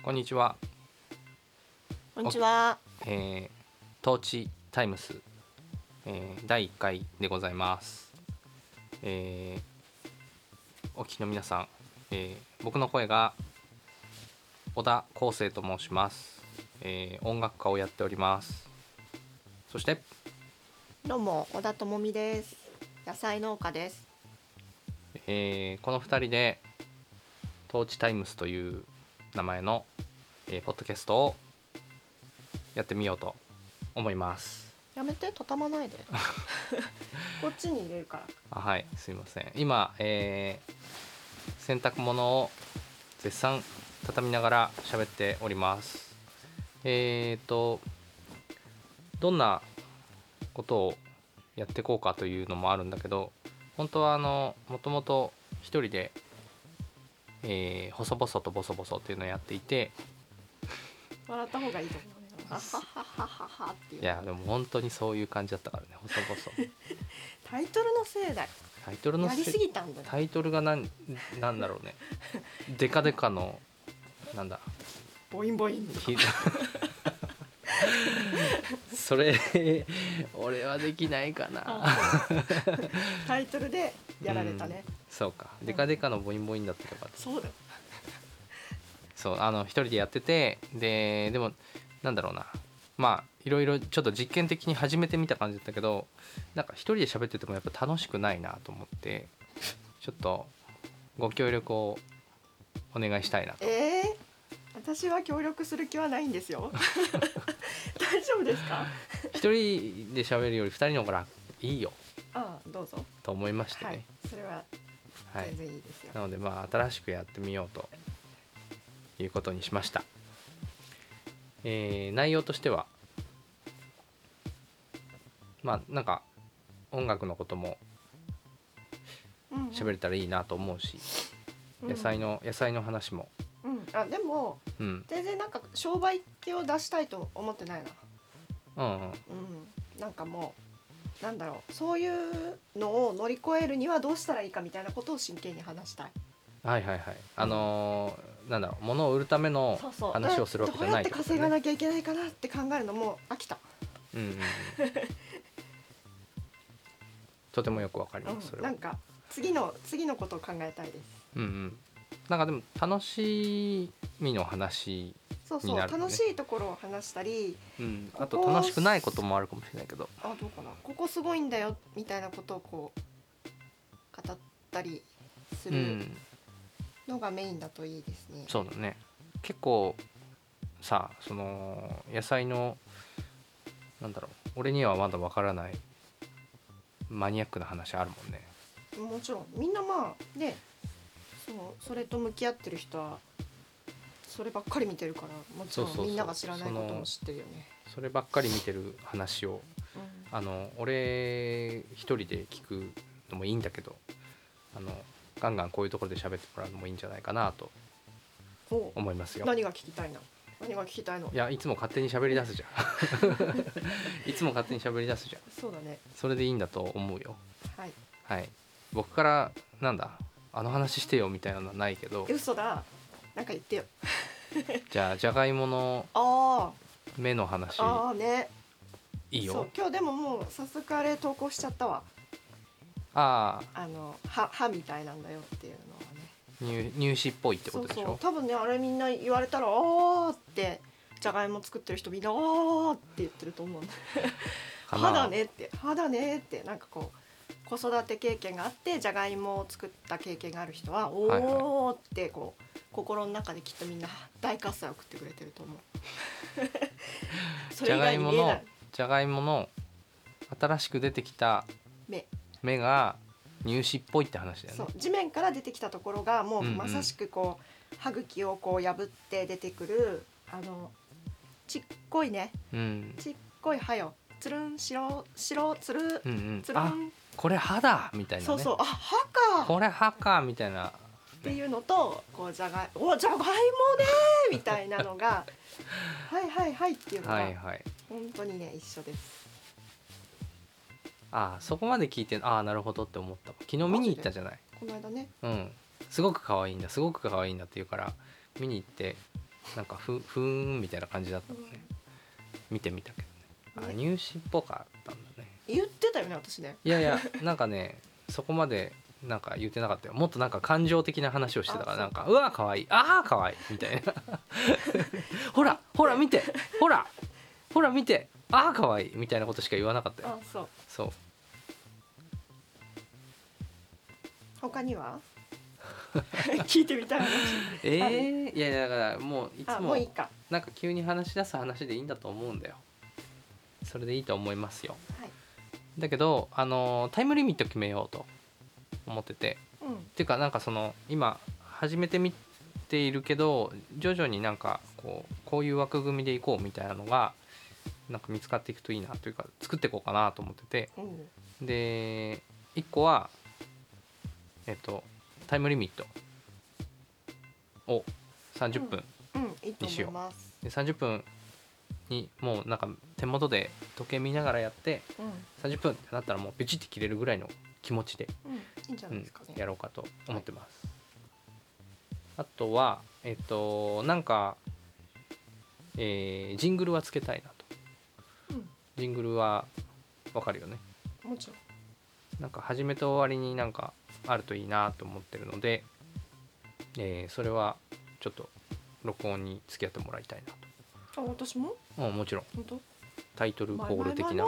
こんにちは。 こんにちは。 トーチタイムス、第1回でございます。お聞きの皆さん、僕の声が小田康生と申します。音楽家をやっております。そしてどうも小田智美です。野菜農家です。 この2人でトーチタイムスという名前の、ポッドキャストをやってみようと思います。 やめて、畳まないでこっちに入れるから。 はい、すいません。今、洗濯物を絶賛畳みながら喋っております。どんなことをやっていこうかというのもあるんだけど、本当はもともと一人で、細々とボソボソっていうのをやっていて、 笑った方がいいと思うね。はははははっていう。 いやでも本当にそういう感じだったからね、細々 タイトルのせいだよ。 タイトルのやりすぎたんだよ。 タイトルがなんだろうねデカデカのなんだボインボインそれ俺はできないかなタイトルでやられたね。 そうか、デカデカのボインボインだったとか。 そうだよ。 そう一人でやってて、でもなんだろうな、まあいろいろちょっと実験的に始めてみた感じだったけど、なんか一人で喋っててもやっぱ楽しくないなと思って、ちょっとご協力をお願いしたいなと。 私は協力する気はないんですよ大丈夫ですか？ 一人で喋るより二人の方がいいよどうぞと思いましてね、 はい、それは全然いいですよ、 なのでまあ新しくやってみようということにしました。内容としてはまあなんか音楽のことも喋れたらいいなと思うし、野菜の話も、 でも、全然なんか商売系を出したいと思ってないな。なんかもうなんだろう、そういうのを乗り越えるにはどうしたらいいかみたいなことを真剣に話したい。 はいはいはい。なんだろう、物を売るための話をするわけじゃないってことね。 どうやって稼がなきゃいけないかなって考えるのも飽きた。 とてもよくわかります、それは。 なんか次のことを考えたいです。 なんかでも楽しみの話になるね。 楽しいところを話したり、 あと楽しくないこともあるかもしれないけど、 どうかな、ここすごいんだよみたいなことをこう語ったりするのがメインだといいですね。 そうだね。結構さ、その野菜のなんだろう、俺にはまだわからないマニアックな話あるもんね。 もちろんみんなまあね、それと向き合ってる人はそればっかり見てるから、もちろんみんなが知らないことも知ってるよね。 そればっかり見てる話を、俺一人で聞くのもいいんだけど、ガンガンこういうところで喋ってもらうのもいいんじゃないかなと思いますよ。 何が聞きたいの？ いや、いつも勝手に喋り出すじゃんいつも勝手に喋り出すじゃん。 そうだね。 それでいいんだと思うよ。 はい、 僕からなんだ話してよみたいなのはないけど。 嘘だ、なんか言ってよじゃあじゃがいもの芽の話。 ね、 いいよ。 そう今日でももう早速あれ投稿しちゃったわ。歯みたいなんだよっていうのはね、 乳歯っぽいってことでしょ。 多分ね、あれみんな言われたらってじゃがいも作ってる人みんなって言ってると思う歯だねってなんかこう子育て経験があってじゃがいもを作った経験がある人はってこう心の中できっとみんな大喝采を送ってくれてると思うそれ以外に見えない。 じゃがいもの新しく出てきた芽が乳歯っぽいって話だよね。 そう、地面から出てきたところがもうまさしくこう歯茎をこう破って出てくるちっこいね、ちっこい歯よ。つるん白つるつるん、 これ歯だみたいなね。 歯か、これ歯かみたいなっていうのと、こうじゃがいもねみたいなのがはいっていうのが本当にね一緒です。 そこまで聞いてなるほどって思った。昨日見に行ったじゃない。 この間ね。 すごく可愛いんだって言うから見に行って、 なんかふーんみたいな感じだったもんね、見てみたけどね。あ、入試っぽかったんだね。 言ってたよね私ね。 いやいや、なんかねそこまでなんか言ってなかったよ。もっとなんか感情的な話をしてたから、なんかうわ可愛い、あー可愛いみたいなほらほら見て、ほらほら見て、あー可愛いみたいなことしか言わなかったよ。 あ、そう。 そう。 他には聞いてみたい話。 いやいや、だからもういつあ、ももういいか。 なんか急に話し出す話でいいんだと思うんだよ。それでいいと思いますよ。 はい。 だけどタイムリミット決めようと思ってて、っていうかなんかその今始めてみているけど徐々になんかこういう枠組みでいこうみたいなのがなんか見つかっていくといいなというか、作っていこうかなと思ってて、で1個はタイムリミットを30分にしよう。で30分にもうなんか手元で時計見ながらやって、30分ってなったらもうビチって切れるぐらいの気持ちで、 いいんじゃないですかね。 やろうかと思ってます。あとはなんか、ジングルはつけたいなと。ジングルはわかるよね。 もちろん。 なんか始めと終わりになんかあるといいなと思ってるので、それはちょっと録音に付き合ってもらいたいなと。 あ、私も？ もちろん。 本当？ タイトルコール的な。 マ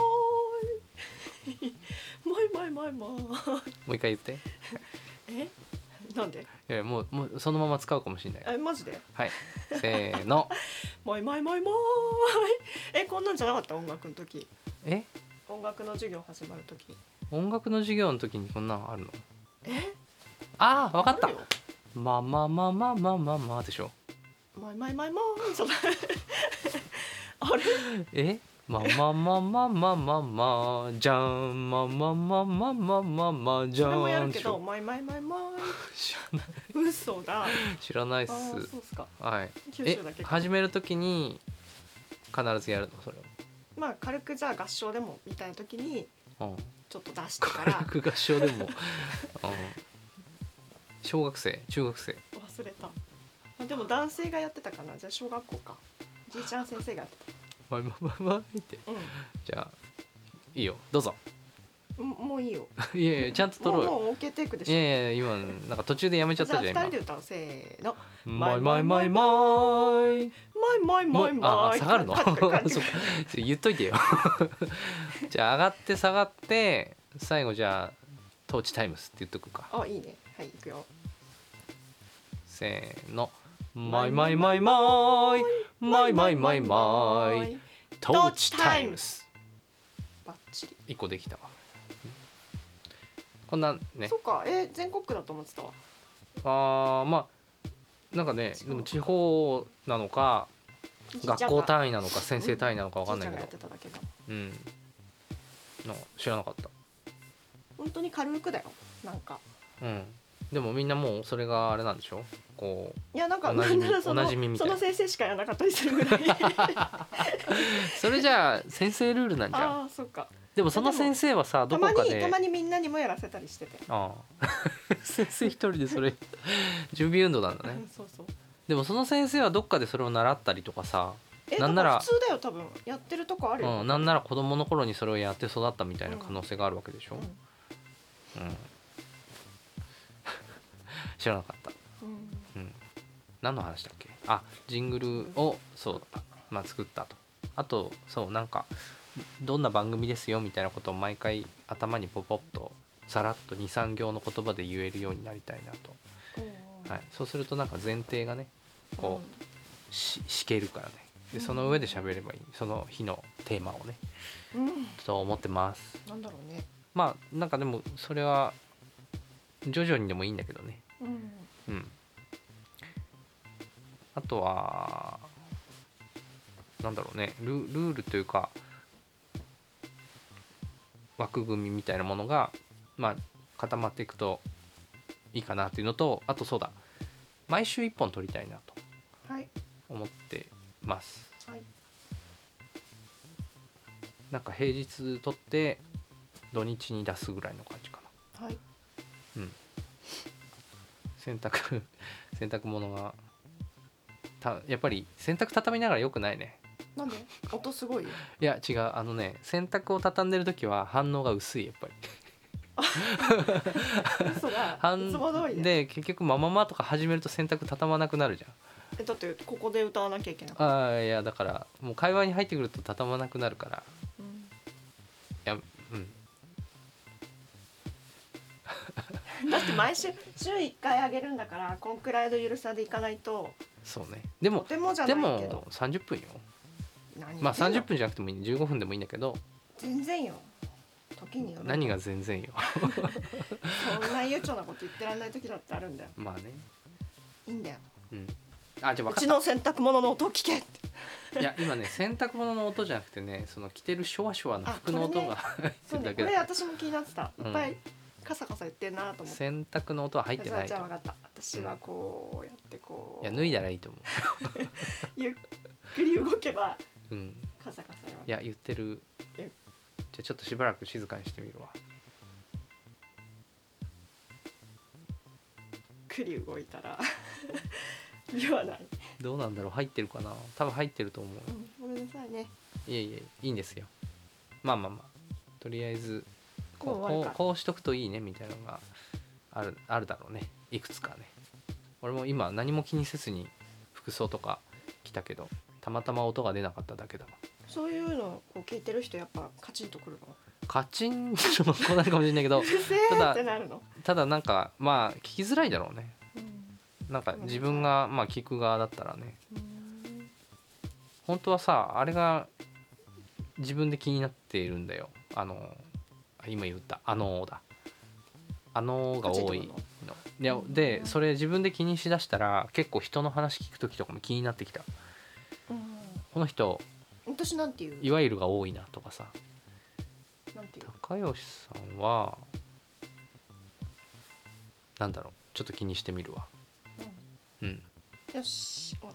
イマイマイマイもう一回言って。 え？なんで？ いやもうそのまま使うかもしれない。 マジで？ はい。せーの。 マイマイマイマイ。こんなんじゃなかった音楽の時。音楽の授業始まる時。 音楽の授業の時にこんなんあるの？ああ、わかった。までしょ。 マイマイマイマイ。あれ？ まじゃんじゃん。 それもやるけど、マイマイマイマイ。 知らない。 嘘だ。 知らないっす。 そうっすか。 はい。 九州だけか。 始める時に必ずやるのそれを。 まあ軽くじゃあ合唱でもみたいな時にちょっと出してから。 軽く合唱でも。小学生、中学生。 忘れた。でも男性がやってたかな。じゃあ小学校か。じいちゃん先生がやってた。 マイって。じゃあいいよ、どうぞ。 もういいよ。 いやいや、ちゃんと撮ろうよ。 もう OK テイクでしょ。 いやいや、今なんか途中でやめちゃったじゃん。 じゃあ2人で歌う。せーの。 マイマイマイマイあ、下がるの？そうか、言っといてよ。じゃあ上がって下がって最後じゃあトーチタイムスって言っとくか。 あ、いいね。はい、いくよ。 せーの。マイマイマイマイマイマイマイマイトーチタイムス。 バッチ 1 リ。 個できたわ。こんなね。 そっか、全国区だと思ってたわ。 まあなんかね、でも地方なのか学校単位なのか先生単位なのかわかんないけど、知らなかった。 本当に軽くだよ、なんか。 でもみんなもうそれがあれなんでしょ。こう。 いや、なんかおなじみみたいな。その先生しかやらなかったりするぐらい。 それじゃあ先生ルールなんじゃん。 ああ、そっか。 でもその先生はさ、どこかでたまにみんなにもやらせたりしてて。 先生一人でそれ準備運動なんだね。 そうそう。 でもその先生はどっかでそれを習ったりとかさ、 なんなら普通だよ、多分やってるとこあるよ。 なんなら子供の頃にそれをやって育ったみたいな可能性があるわけでしょ。知らなかった。何の話だっけ。ジングルをそうだ、作ったと。あとそうなんかどんな番組ですよみたいなことを毎回頭にポポッとさらっと 2,3 行の言葉で言えるようになりたいなと。そうするとなんか前提がねこうしけるからね。でその上で喋ればいい、その日のテーマをね、と思ってます。 なんだろうね。 なんかでもそれは徐々にでもいいんだけどね。あとはなんだろうね、ルールというか枠組みみたいなものが固まっていくといいかなっていうのと、あとそうだ、毎週1本撮りたいなと思ってます。なんか平日撮って土日に出すぐらいの感じかな。洗濯物がやっぱり洗濯畳みながら良くないね。 なんで音すごいよ。 いや違う、洗濯を畳んでる時は反応が薄いやっぱり嘘だ。いつも通りで。 で結局ママとか始めると洗濯畳まなくなるじだってここで歌わなきゃいけない。 ゃん。いやだからもう会話に入ってくると畳まなくなるから。 うん、 いやだって毎週週1回あげるんだからこんくらいのゆるさでいかないと。 そうね。でもとてもじゃないけど。 でも30分よ。 何まあ30分じゃなくてもいい、15分でもいいんだけど。 全然よ。時による。 何が全然よそんな悠長なこと言ってらんない時だってあるんだよ。 まあね。 いいんだよ。 あ、じゃあ分かった。 うちの洗濯物の音を聞けって。 いや今ね洗濯物の音じゃなくてね、その着てるシュワシュワの服の音が入ってそうね、 るだけだ。 これ私も気になってた。いっぱいカサカサ言ってんなと思って。 洗濯の音は入ってない。 じゃあ分かった。私はこうやってこう。 いや脱いだらいいと思ゆっくり動けばう。 カサカサよ。 いや言ってる。じゃあちょっとしばらく静かにしてみるわ。 ゆっくり動いたら言わない。 どうなんだろう、入ってるかな。多分入ってると思う。 ごめんなさいね。 いえいえ、いいんですよ。まあとりあえずこうしとくといいねみたいなのがあるだろうね、いくつかね。俺も今何も気にせずに服装とか着たけど、たまたま音が出なかっただけだわ。 そういうのをこう聞いてる人やっぱカチンとくるの。 カチンとこうなるかもしれないけどうるせーってなるの。 ただなんかまあ聞きづらいだろうね。なんか自分がまあ聞く側だったらね、本当はさあれが自分で気になっているんだよ。今言っただが多いの。いやでそれ自分で気にしだしたら結構人の話聞く時とかも気になってきた。この人私なんていういわゆるが多いなとかさ。 なんていう高吉さんはなんだろう、ちょっと気にしてみるわ。 よし終わった。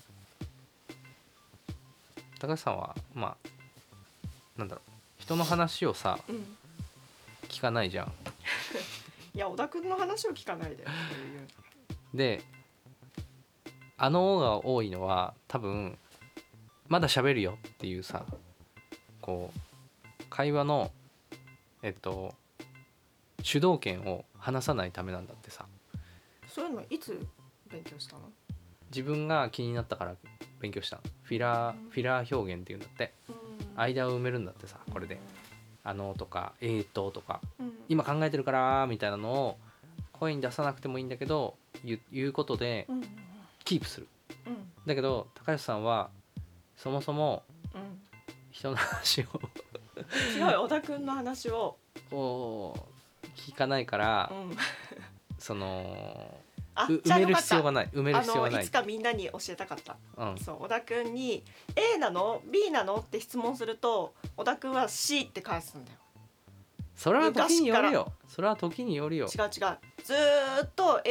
高橋さんはまあなんだろう、人の話をさ、聞かないじゃん。 いや小田君の話を聞かないで。 でが多いのは多分まだ喋るよっていうさ、こう会話の主導権を離さないためなんだってさ。 そういうのいつ勉強したの？ 自分が気になったから勉強したの。フィラー表現っていうんだって。間を埋めるんだってさ、これでとかとか、今考えてるからみたいなのを声に出さなくてもいいんだけど言うことでキープする。だけど高橋さんはそもそも人の話を違うよ、小田君の話を聞かないから、その埋める必要がない。 いつかみんなに教えたかった。そう小田君に A なの B なのって質問すると小田君は C って返すんだよ。 それは時によるよ。それは時によるよ。 違うずーっと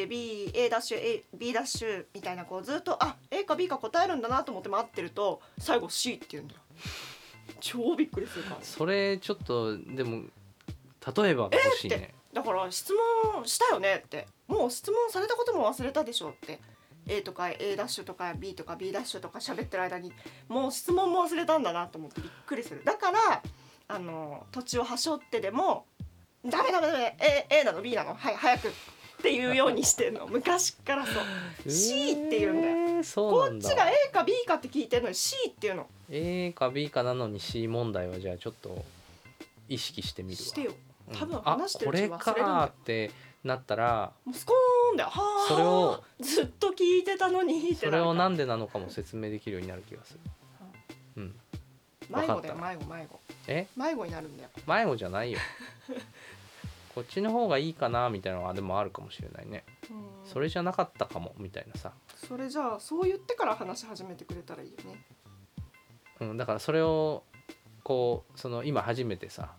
A ダッシュ B ダッシュみたいな、こうずっとA か B か答えるんだなと思って待ってると最後 C って言うんだよ。超びっくりするから。 それちょっとでも例えばが欲しいね。 だから質問したよねって、もう質問されたことも忘れたでしょって、 A とか A ダッシュとか B とか B ダッシュとか喋ってる間にもう質問も忘れたんだなと思ってびっくりする。だから土地をはしょってでもダメ A なの B なのはい早くっていうようにしてんの昔からそう。C って言うんだよ。 そうなんだ。 こっちが A か B かって聞いてるのに C っていうの。 A か B かなのに C 問題はじゃあちょっと意識してみるわ。 してよ。多分話してるうち忘れるんだよ。 これかってなったらもうスコーンだよ。はあ。 それをずっと聞いてたのにってなるから。 それをなんでなのかも説明できるようになる気がする。 迷子だよ。迷子になるんだよ。 迷子じゃないよ。こっちの方がいいかなみたいなのはでもあるかもしれないね。それじゃなかったかもみたいなさ。 それじゃあそう言ってから話し始めてくれたらいいよね。 だからそれをこうその今初めてさ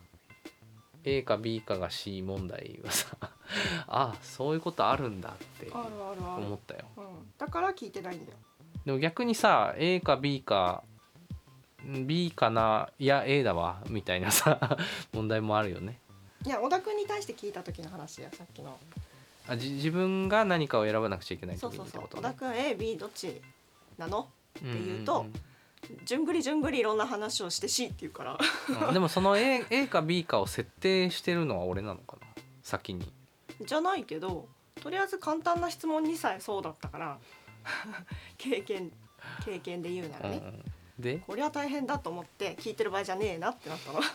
A か B かが C 問題はさそういうことあるんだって思ったよ。 だから聞いてないんだよ。 でも逆にさ A か B か B かないや A だわみたいなさ問題もあるよね。 いや小田君に対して聞いた時の話やさっきの自分が何かを選ばなくちゃいけないそう時にってことそうそう。小田君 A、B どっちなのって言うと順繰り順繰りいろんな話をして C って言うからでもその A か B かを設定してるのは俺なのかな先に。 じゃないけどとりあえず簡単な質問にさえそうだったから経験で言うならね、 でこりゃ大変だと思って聞いてる場合じゃねえなってなったの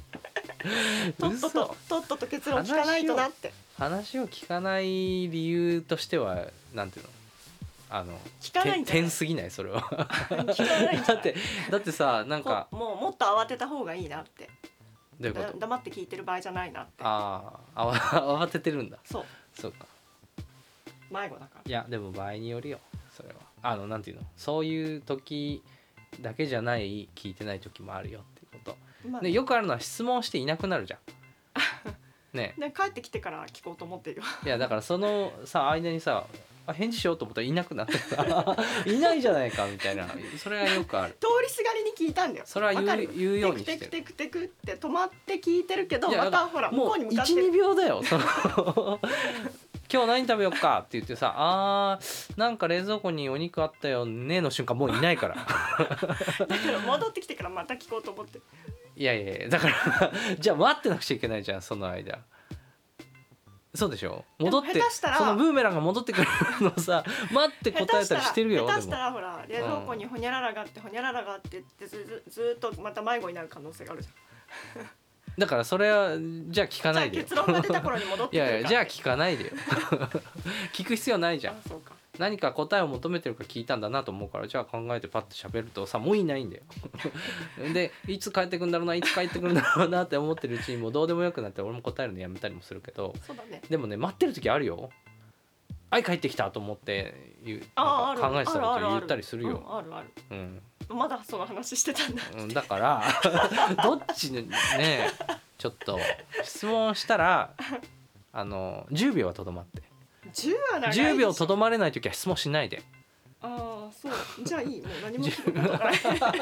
とっとと結論聞かないとなって。 話を聞かない理由としてはなんていうの聞かないんじゃない点すぎないそれは聞かないんじゃないだってさなんかもっと慌てた方がいいなって。 どういうこと？ 黙って聞いてる場合じゃないなって。 慌ててるんだ。そうか迷子だから。 いやでも場合によるよそれは。なんていうのそういう時だけじゃない聞いてない時もあるよっていうこと、でよくあるのは質問していなくなるじゃんね。 で帰ってきてから聞こうと思ってるよいやだからそのさ間にさ返事しようと思ったらいなくなってさいないじゃないかみたいな、それはよくある。 通りすがりに聞いたんだよ。 それは言うようにしてる。 テクテクって止まって聞いてるけどまたほら向こうに向かってもう 1,2 秒だよ今日何食べようかって言ってさなんか冷蔵庫にお肉あったよねの瞬間もういないからだから戻ってきてからまた聞こうと思ってる。 いやだからじゃあ待ってなくちゃいけないじゃんその間。そうでしょ。戻ってそのブーメランが戻ってくるのをさ待って答えたりしてるよ。 下手したらほら冷蔵庫にホニャララがあってホニャララがあってってずっとまた迷子になる可能性があるじゃんだからそれはじゃあ聞かないでよ。 じゃあ結論が出た頃に戻ってくるからいやじゃあ聞かないでよ聞く必要ないじゃん。 そうか。 何か答えを求めてるか聞いたんだなと思うからじゃあ考えてパッと喋るとさもういないんだよでいつ帰ってくんだろうないつ帰ってくるんだろうなって思ってるうちにもうどうでもよくなって俺も答えるのやめたりもするけど、 そうだね。 でもね待ってる時あるよ。帰ってきたと思ってなんか考えてたら言ったりするよ。 ある、まだその話してたんだ、 だからどっちねちょっと質問したら10秒はとどまって10秒とどまれないときは質問しないで。 そうじゃあいいもう何も聞くことない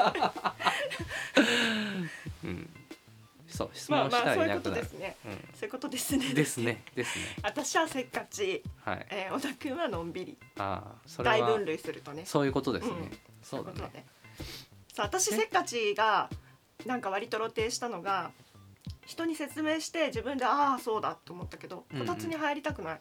そう質問したらいなくなる。 そういうことですね。 ですね。 私はせっかち、小田君はのんびり。 それは大分類するとねそういうことですね。 そうだね。さあ私せっかちがなんか割と露呈したのが人に説明して自分でそうだと思ったけどこたつに入りたくない。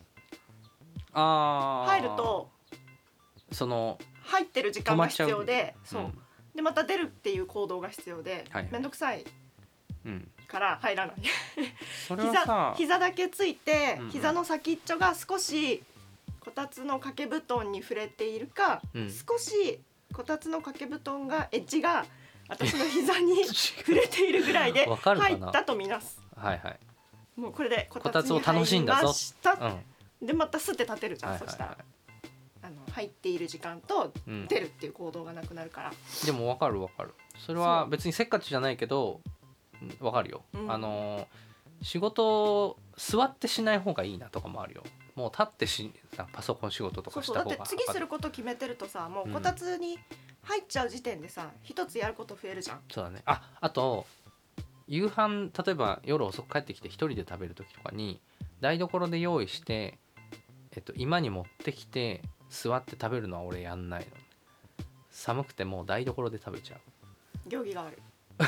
入るとその入ってる時間が必要で、でまた出るっていう行動が必要で、めんどくさいから入らないそれはさ膝だけついて、膝の先っちょが少しこたつの掛け布団に触れているか、少しこたつの掛け布団がエッジが私の膝に触れているぐらいで入ったとみなす。もうこれでこたつに入りました。でまたスッて立てるじゃん。そしたら入っている時間と出るっていう行動がなくなるから。 でも分かるそれは別にせっかちじゃないけど分かるよ。仕事座ってしない方がいいなとかもあるよ。もう立ってパソコン仕事とかした方が。 だって次すること決めてるとさもうこたつに入っちゃう時点でさ一つやること増えるじゃん。 そうだね。あと夕飯例えば夜遅く帰ってきて一人で食べる時とかに台所で用意して居間に持ってきて座って食べるのは俺やんないの。寒くてもう台所で食べちゃう。 行儀が悪い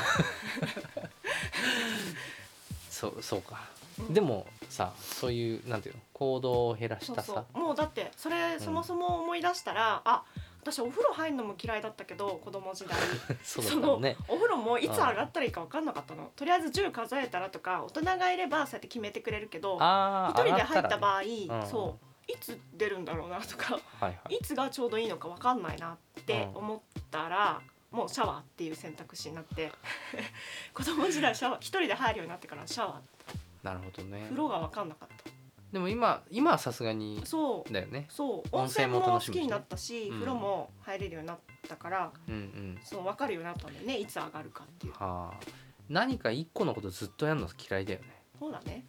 そうか、でもさそういうなんていうの行動を減らしたさもうだってそれそもそも思い出したら、私お風呂入るのも嫌いだったけど子供時代そうだったね。 お風呂もいつ上がったらいいか分かんなかったの。とりあえず10数えたらとか大人がいればそうやって決めてくれるけど一人で入った場合、いつ出るんだろうなとか、いつがちょうどいいのか分かんないなって思ったら、もうシャワーっていう選択肢になって子供時代シャワー一人で入るようになってからシャワー。なるほどね。風呂が分かんなかった。 でも今はさすがにだよね。 温泉も好きになったし、風呂も入れるようになったから、分かるようになったんだよねいつ上がるかっていう。 何か一個のことずっとやるの嫌いだよね。 そうだね。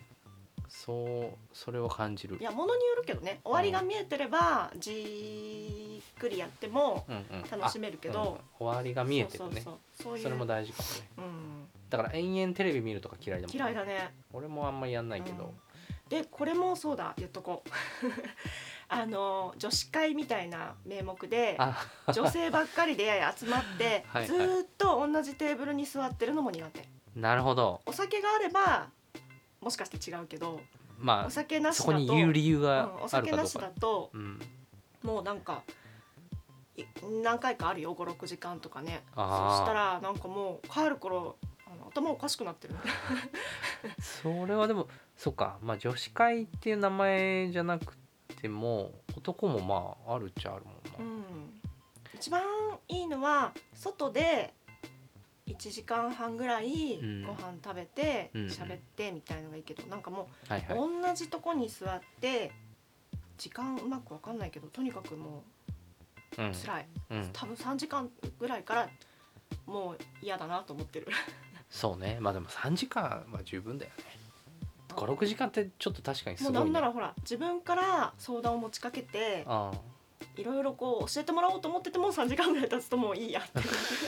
それを感じる。 いや物によるけどね。終わりが見えてればじっくりやっても楽しめるけど、 終わりが見えてるね。それも大事かもね。だから延々テレビ見るとか嫌いだもん。 嫌いだね。 俺もあんまりやんないけど、 でこれもそうだ言っとこう女子会みたいな名目であ女性ばっかりで集まってはいはいずーっと同じテーブルに座ってるのも苦手。 なるほど。 お酒があればもしかして違うけど、 まあお酒なしそだとこに言う理由がおある酒なしかどうか。 だとうん、 もうなんか何回かあるよ、5、6時間とかね。そあーしたらなんかもう帰る頃頭おかしくなってるそれはでもそっか、まあ女子会っていう名前じゃなくても男もまああるっちゃあるもんな。 うん、一番いいのは外で1時間半ぐらいうんご飯食べてうん喋ってみたいのがいいけど、なんかもはいはい。 う同じとこに座って時間うまく分かんないけど、とにかくもうんう辛い、 うん、 多分3時間ぐらいからもう嫌だなと思ってるそうね。まあでも3時間は十分だよね。5、6時間ってちょっと確かにすごいね。 もうなんならほら自分から相談を持ちかけてあいろいろこう教えてもらおうと思ってても3時間ぐらい経つともういいやって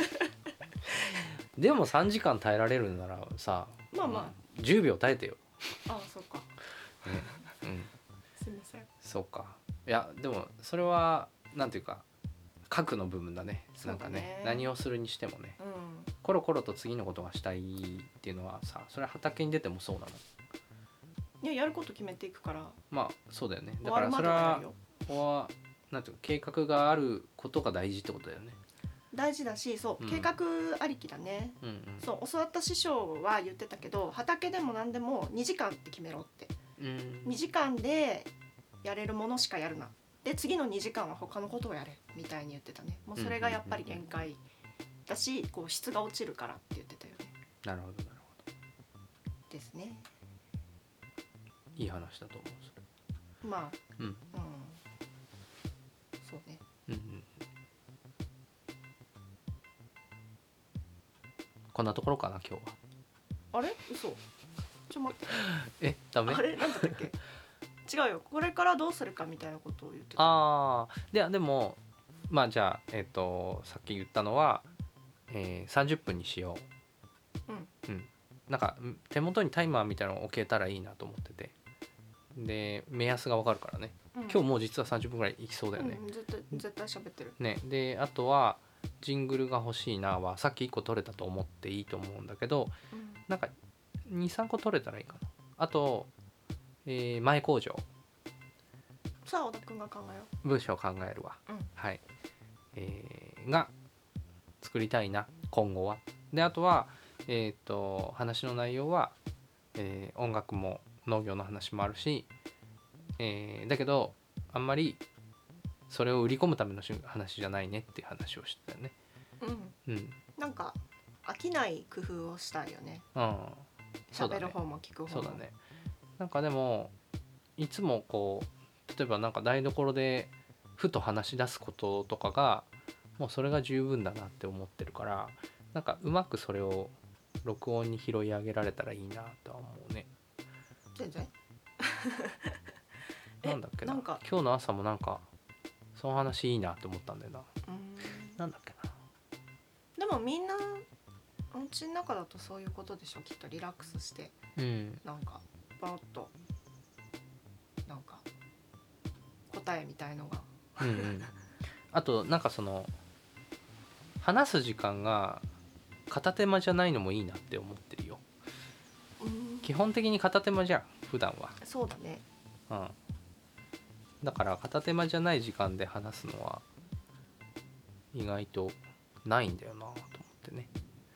でも3時間耐えられるならさ、 まあま 10秒耐えてよ。 あそうか、 ねうん、 すみません。 そうか。いやでもそれはなんていうか核の部分だね。なんかね、何をするにしてもね、 うんコロコロと次のことがしたいっていうのはさ、それは畑に出てもそうなの。 いや、やること決めていくからまあそうだよね。だ終わるまからそれはではやるよ。 ここはなんていうか計画があることが大事ってことだよね。 大事だし、そう、 うん計画ありきだね。 うんうん。 そう教わった師匠は言ってたけど、畑でも何でも2時間って決めろって。 うん 2時間でやれるものしかやるな。で次の2時間は他のことをやれみたいに言ってたね。もうそれがやっぱり限界だし、こう質が落ちるからって言ってたよね。 なるほどなるほど。 ですね。 いい話だと思うそれ。 まあ、 うんそうね。 うんうん。こんなところかな今日は。 あれ？嘘。待って。 ダメ？ あれなんだったっけ？違うよ。これからどうするかみたいなことを言ってた。 ああ、でもまあじゃあさっき言ったのは、30分にしよう。うん。なんか手元にタイマーみたいなのを置けたらいいなと思ってて、で目安がわかるからね。今日もう実は30分ぐらいいきそうだよね。 絶対喋ってる。 ね、であとはジングルが欲しいなはさっき1個取れたと思っていいと思うんだけど、なんか 2,3 個取れたらいいかな。あと、前工場さあ小田くんが考えよ文章を考えるわ、 うんはい、が作りたいな今後は。であとは話の内容は、音楽も農業の話もあるし、だけどあんまりそれを売り込むための話じゃないねっていう話をしてたよね。 う。 うんなんか飽きない工夫をしたいよね。 そうだね。 喋る方も聞く方も。 そうだね。なんかでもいつもこう例えばなんか台所でふと話し出すこととかがもうそれが十分だなって思ってるから、なんかうまくそれを録音に拾い上げられたらいいなとは思うね。 全然。 なんだっけな。 なんか今日の朝もなんかその話いいなって思ったんだよな。なんだっけな。 でもみんなお家の中だとそういうことでしょ。きっとリラックスしてなんかパロッとなんか答えみたいのが。 あとなんかその話す時間が片手間じゃないのもいいなって思ってるよ。基本的に片手間じゃん普段は。 そうだね。 だから片手間じゃない時間で話すのは意外とないんだよなと思ってね。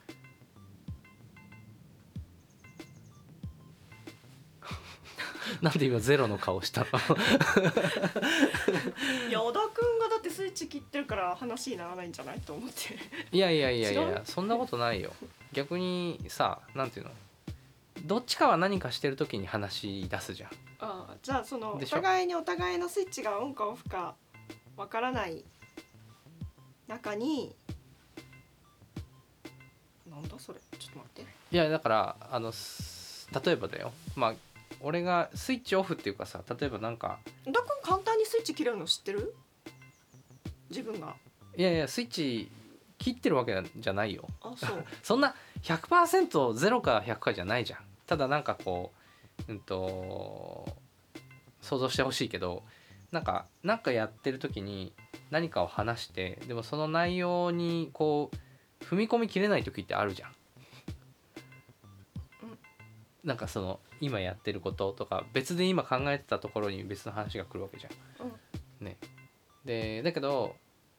なんで今ゼロの顔したの？ いや小田くんがだってスイッチ切ってるから話にならないんじゃないと思って。 いやそんなことないよ。逆にさ、なんていうの、どっちかは何かしてる時に話し出すじゃん。 じゃあそのお互いにお互いのスイッチがオンかオフかわからない中に、なんだそれ、ちょっと待って。 いやだから例えばだよ、まあ俺がスイッチオフっていうかさ、例えばなんか小田くん簡単にスイッチ切れるの知ってる？自分が。 いやスイッチ切ってるわけじゃないよ。 そうそんな 100% 0か100かじゃないじゃん。ただなんかこう想像してほしいけど、なんかやってる時に何かを話して、でもその内容にこう踏み込みきれない時ってあるじゃん。なんかその今やってることとか別で今考えてたところに別の話が来るわけじゃん。ね。でだけど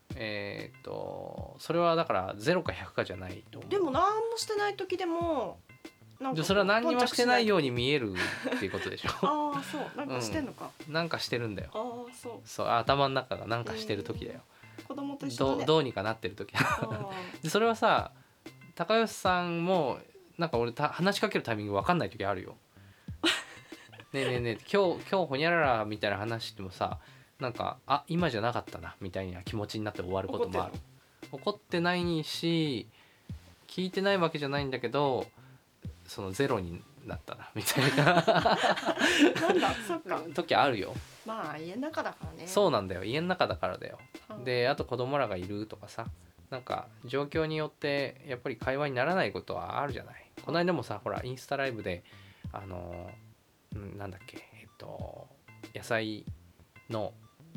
それはだから0か100かじゃないと思う。 でも何もしてない時でもなんかそれは何にもしてないように見えるっていうことでしょ。 ああそうなんかしてんのか、 なんかしてるんだよ。 ああそうそう頭の中がなんかしてる時だよ。 子供と一緒だね。 どうにかなってる時でそれはさ高吉さんもなんか俺話しかけるタイミング分かんない時あるよ。ねえねえねえ今日ほにゃららみたいな話してもさ、なんか今じゃなかったなみたいな気持ちになって終わることもある。怒ってないし聞いてないわけじゃないんだけど、そのゼロになったなみたいななんだそっか時あるよ。 まあ家の中だからね。 そうなんだよ、家の中だからだよ。であと子供らがいるとかさ、なんか状況によってやっぱり会話にならないことはあるじゃない。この間もさほらインスタライブでなんだっけ野菜の、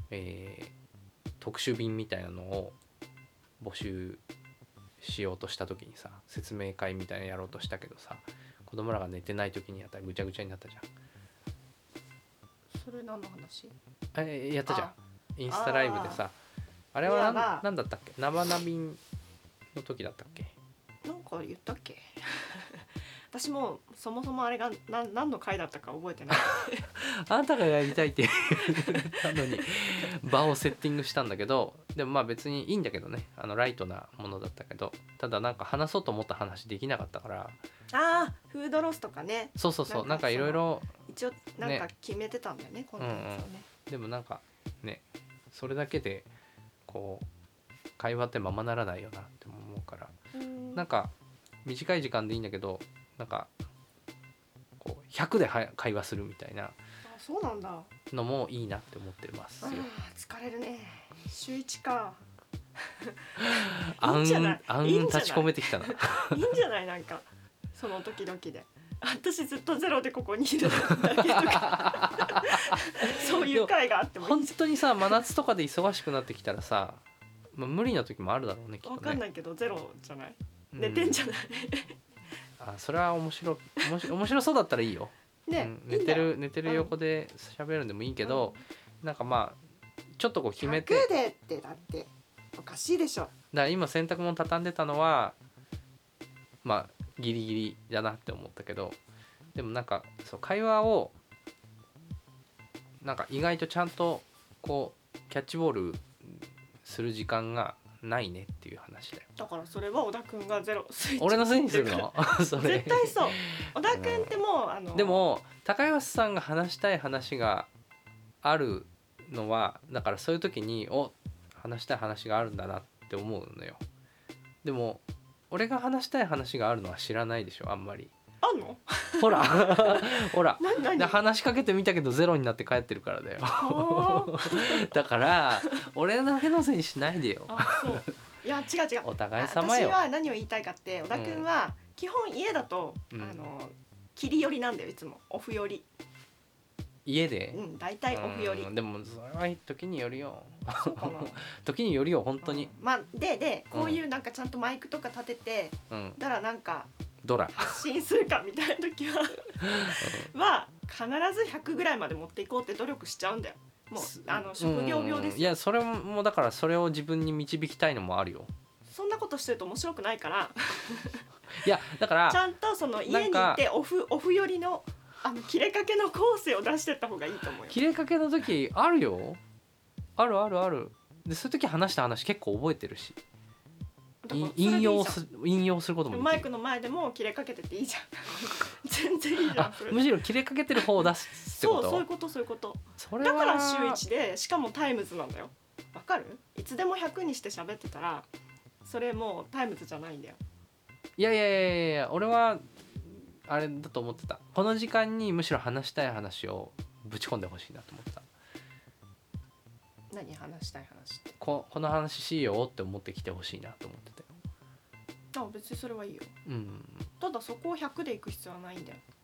特殊便みたいなのを募集しようとした時にさ、説明会みたいなのやろうとしたけどさ、子供らが寝てない時にやったらぐちゃぐちゃになったじゃん。 それ何の話？ やったじゃんインスタライブでさ。あれはなんだったっけ、生ナビンの時だったっけ。 なんか言ったっけ私もそもそもあれが何の回だったか覚えてないあなたがやりたいってなのに場をセッティングしたんだけど、でもまあ別にいいんだけどね、ライトなものだったけど、ただなんか話そうと思った話できなかったから。 フードロスとかね。 そうなんかいろいろ一応なんか決めてたんだよね、コンテンツをね。 でもなんかねそれだけでこう会話ってままならないよなって思うから、なんか短い時間でいいんだけど、なんかこう100で会話するみたいなそうなんだのもいいなって思ってますよ。 疲れるね。週1かあん立ち込めてきたな。 いいんじゃない、なんかその時々で私ずっとゼロでここにいるだけとかそういう回があってもいい。 本当にさ真夏とかで忙しくなってきたらさ、無理な時もあるだろうねきっとね。 分かんないけどゼロじゃない、寝てんじゃないそれは面白そうだったらいいよ。 ね、 寝てる横で喋るんでもいいけど、なんかまあちょっとこう決めて。 100でってだっておかしいでしょ。 だから今洗濯物畳んでたのはまあギリギリだなって思ったけど、でもなんかそう会話をなんか意外とちゃんとこうキャッチボールする時間がないねっていう話だよ。 だからそれは小田くんがゼロスイッチ俺のせいにするのそれ絶対そう。小田くんってもうでも高橋さんが話したい話があるのはだからそういう時に話したい話があるんだなって思うのよ。でも俺が話したい話があるのは知らないでしょあんまり。 あんのほらほら何で話しかけてみたけどゼロになって帰ってるからだよだから俺だけのせいにしないでよ。 そういや違うお互い様よ。 私は何を言いたいかって小田くんは基本家だと、切り寄りなんだよいつも。オフ寄り家で大体オフ寄り。 でもそれは時によるよそうかな時によるよ本当に。 まあでこういうなんかちゃんとマイクとか立てて、だからなんかドラ発信するかみたいな時は必ず100ぐらいまで持っていこうって努力しちゃうんだよ。もう職業病ですよ。 いやそれもだからそれを自分に導きたいのもあるよ。 そんなことしてると面白くないからいやだからちゃんとその家に行ってオフ寄りの切れかけの構成を出してった方がいいと思うよ。 切れかけの時あるよ。あるでそういう時話した話結構覚えてるし引用することもできる。 マイクの前でも切れかけてていいじゃん全然いいじゃん。 むしろ切れかけてる方を出すってこと。 そういうことそれはだから週1でしかもタイムズなんだよ。わかる？いつでも100にして喋ってたらそれもうタイムズじゃないんだよ。 いや俺はあれだと思ってた。この時間にむしろ話したい話をぶち込んでほしいなと思ってた。 何話したい話って。 この話しようって思ってきてほしいなと思ってたよ。 別にそれはいいよ。ただそこを100でいく必要はないんだよ。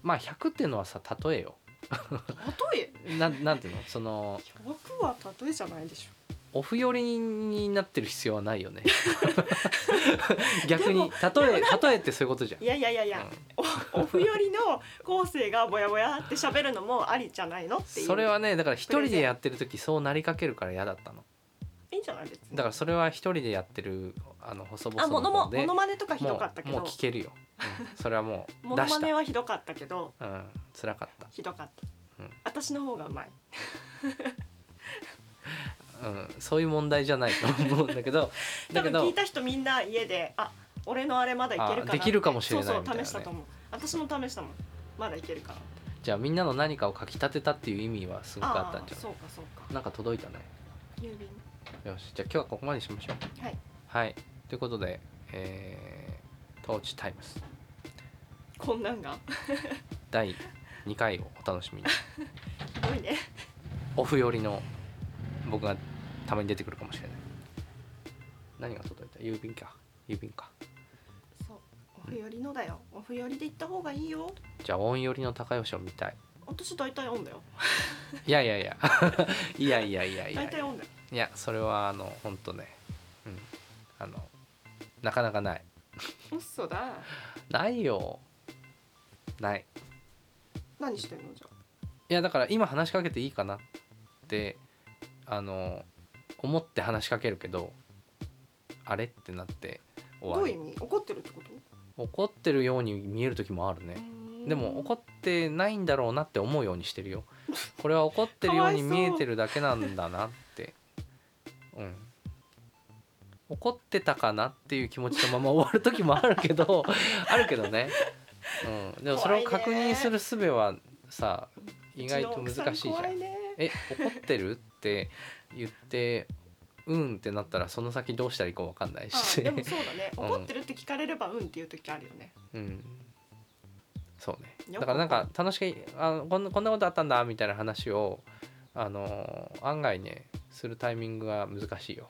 まあ100っていうのはさ例えよ例えなんていうのその 100は例えじゃないでしょ。 オフ寄りになってる必要はないよね逆に例えってそういうことじゃん。 いや、オフ寄りの後世がぼやぼやって喋るのもありじゃないのっていう。 それはねだから一人でやってる時そうなりかけるから嫌だったの。 いいんじゃない別に。 だからそれは一人でやってる細々 モの方でノマネとかひどかったけど。 もう聞けるよ、それはもうモノマネはひどかったけど、 辛かった。 ひどかった、私の方がうまいそういう問題じゃないと思うんだけど多分聞いた人みんな家で俺のあれまだいけるかなってできるかもしれないみたいな、ね、 そう試したと思う。私も試したもんまだいけるかな。 じゃあみんなの何かをかき立てたっていう意味はすごくあったんじゃない。 そうかなんか届いたね。 郵便。 よしじゃあ今日はここまでにしましょう。 はい、 はい、ということで、トーチタイムスこんなんが第2回をお楽しみにすごいね。 オフ寄りの僕がたまに出てくるかもしれない。何が届いた。郵便か。 そうオフ寄りのだよ。オフ寄りで行った方がいいよ。 じゃあオン寄りの高吉を見たい。 私大体オンだよいやいや大体オンだよ。 いやそれは本当ね、なかなかない。 嘘だ。 ないよ。ない。 何してんのじゃあ。 いやだから今話しかけていいかなって思って話しかけるけどあれってなって終わる。 どういう意味？怒ってるってこと？ 怒ってるように見える時もあるね。でも怒ってないんだろうなって思うようにしてるよ。これは怒ってるように見えてるだけなんだなって。怒ってたかなっていう気持ちのまま終わる時もあるけどね、でもそれを確認する術はさ意外と難しいじゃん。怒ってるって言ってってなったらその先どうしたらいいか分かんないし。 でもそうだね。怒ってるって聞かれればっていう時あるよね。 そうね。だからなんか楽しくこんなことあったんだみたいな話を案外ねするタイミングが難しいよ。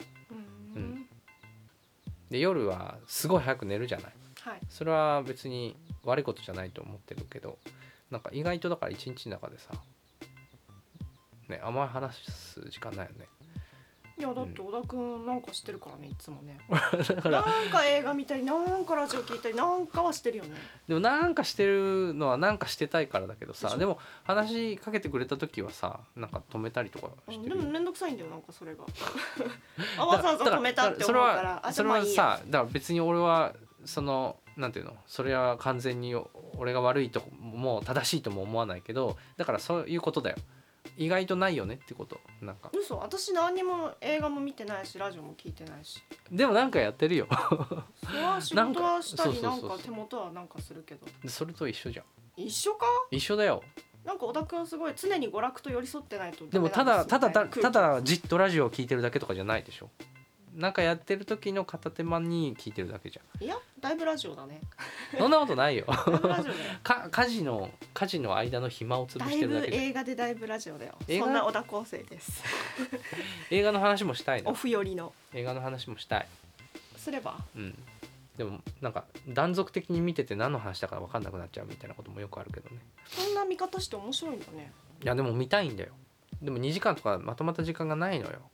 で夜はすごい早く寝るじゃない。それは別に悪いことじゃないと思ってるけどなんか意外とだから一日の中でさねあんまり話す時間ないよね。 いやだって小田くんなんかしてるからねいつもねだからなんか映画見たりなんかラジオ聞いたりなんかはしてるよね。 でもなんかしてるのはなんかしてたいからだけどさでも話しかけてくれた時はさなんか止めたりとかしてる。 でもめんどくさいんだよなんかそれがわざわざ止めたって思うからそれはさだから別に俺はなんていうのそれは完全に俺が悪いとも正しいとも思わないけどだからそういうことだよ。意外とないよねってこと。なんか嘘私何にも映画も見てないしラジオも聞いてないし。 でもなんかやってるよそれは仕事はしたりなんか手元はなんかするけどそれと一緒じゃん。 一緒か。 一緒だよ。 なんか小田くんすごい常に娯楽と寄り添ってないとでもただじっとラジオを聞いてるだけとかじゃないでしょ。なんかやってる時の片手間に聞いてるだけじゃん。いやだいぶラジオだねそんなことないよだいぶラジオだよ家事の間の暇を潰してるだけだいぶ映画でだいぶラジオだよ。そんな小田康生です映画の話もしたいの。 オフ寄りの映画の話もしたい。 すればでもなんか断続的に見てて何の話だか分かんなくなっちゃうみたいなこともよくあるけどね。 そんな見方して面白いんだね。 いやでも見たいんだよ。でも2時間とかまとまった時間がないのよ。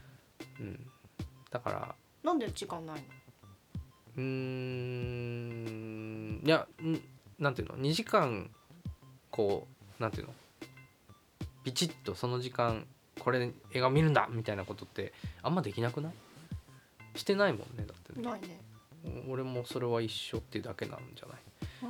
だからなんで時間ないの？ いやなんていうの2時間こうなんていうのビチッとその時間これ映画見るんだみたいなことってあんまできなくない？してないもんねだってね。 ないね。 俺もそれは一緒っていうだけなんじゃない？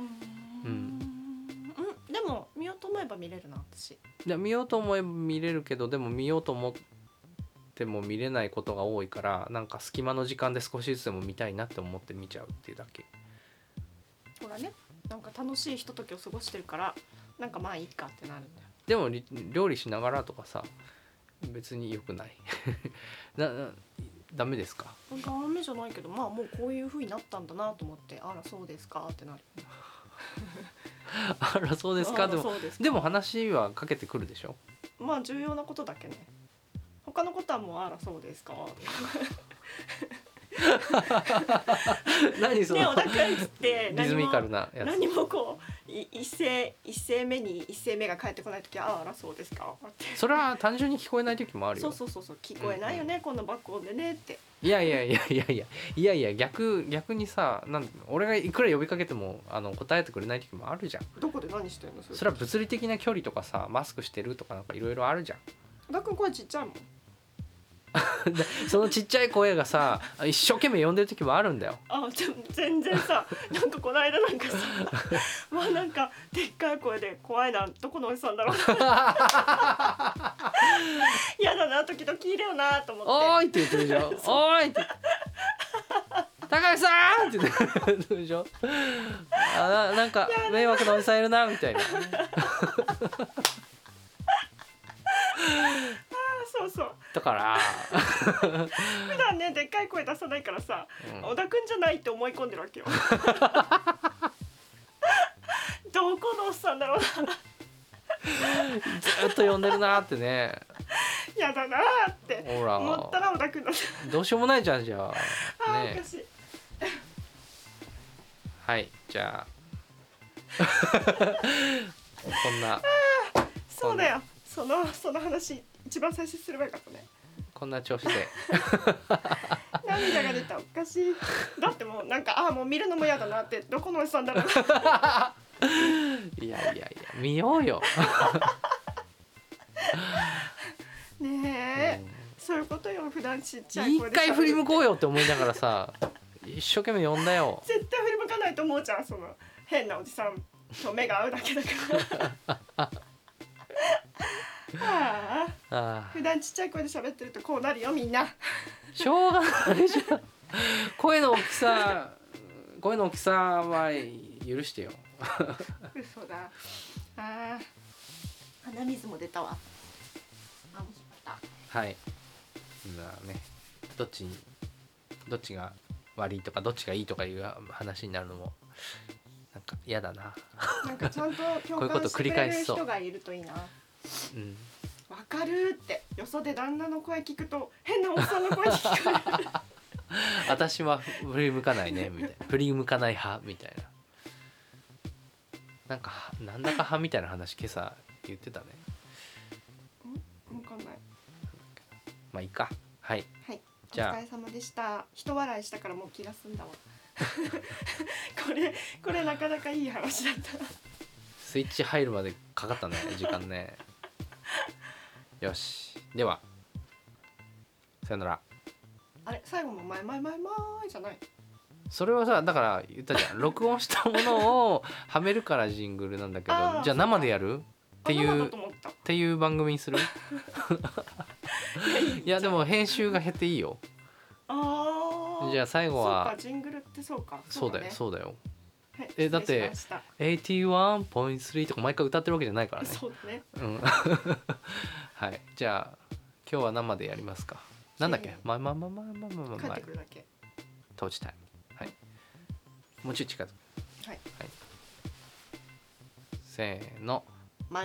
でも見ようと思えば見れるな私。 いや見ようと思えば見れるけどでも見ようと思っても見れないことが多いからなんか隙間の時間で少しずつでも見たいなって思って見ちゃうっていうだけ。 ほらねなんか楽しいひとときを過ごしてるからなんかまあいいかってなるんだよ。 でも料理しながらとかさ別に良くないダメですか？ ダメじゃないけどまあもうこういう風になったんだなと思ってあらそうですかってなるあらそうですか。でも話はかけてくるでしょ。 まあ重要なことだけね。他のことはもうあらそうですか何そのね小田君っつってリズミカルなやつ何もこう一声目に一声目が返ってこないときはあらそうですかってそれは単純に聞こえない時もあるよ。 そう聞こえないよね、この爆音でねって。 いや逆にさ、俺がいくら呼びかけても答えてくれない時もあるじゃん。 どこで何してんのそれは物理的な距離とかさ、マスクしてるとかなんかいろいろあるじゃん。 小田君声ちっちゃいもん。 そのちっちゃい声がさ一生懸命呼んでる時もあるんだよ。 でも全然さなんかこの間なんかさなんかでっかい声で怖いな、どこのおじさんだろうなやだな、時々いるよなと思って、 おーいって言ってるでしょおーいって高橋さんって言ってるでしょなんか迷惑なおじさんいるなみたいなそうだから普段ねでっかい声出さないからさ、小田くんじゃないって思い込んでるわけよどこのおっさんだろうなずっと呼んでるなってねやだなってほら思ったら小田くんだった。 どうしようもないじゃんじゃあね、おかしいはいじゃあこんなそうだよ、その話一番最初すればよかったね。 こんな調子で涙が出た、おかしい。だってもうなんかもう見るのも嫌だなって、どこのおじさんだろういや見ようよねえ、そういうことよ。普段ちっちゃい声で一回振り向こうよって思いながらさ一生懸命呼んだよ。 絶対振り向かないと思うじゃん、その変なおじさんと目が合うだけだから普段ちっちゃい声で喋ってるとこうなるよみんなしょうがないじゃん声の大きさは許してよ嘘だ。鼻水も出たわ。 はいね、どっちが悪いとかどっちがいいとかいう話になるのもなんか嫌だななんかちゃんと共感してくれる人がいるといいな。わかるって、よそで旦那の声聞くと変なおっさんの声に聞こえる私は振り向かないねみたいな振り向かない派みたいな、なんだか派みたいな話今朝言ってたね。 わかんない。 まあいいか。はい、 じゃあお疲れ様でした。人笑いしたからもう気が済んだわこれなかなかいい話だったスイッチ入るまでかかったね時間ねよし、ではさよなら。 あれ最後の前じゃない。 それはさ、だから言ったじゃん録音したものをはめるからジングルなんだけどじゃあ生でやるっていう番組にするいやでも編集が減っていいよ。じゃあ最後はそうか、ジングルってそうか。 そうだよ、 はい、 だって81.3とか毎回歌ってるわけじゃないからね。 そうだね、 はいじゃあ今日は生でやりますか。なんだっけ帰ってくるだけトーチタイム。はいもうちょい近づく。 はい、 せーのマイ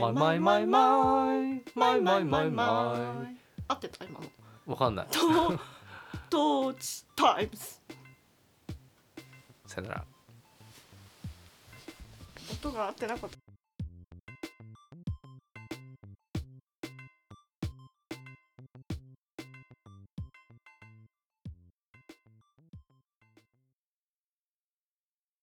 合ってた今の。 わかんない。 トーチタイムズ。 さよなら。 音が合ってなかった。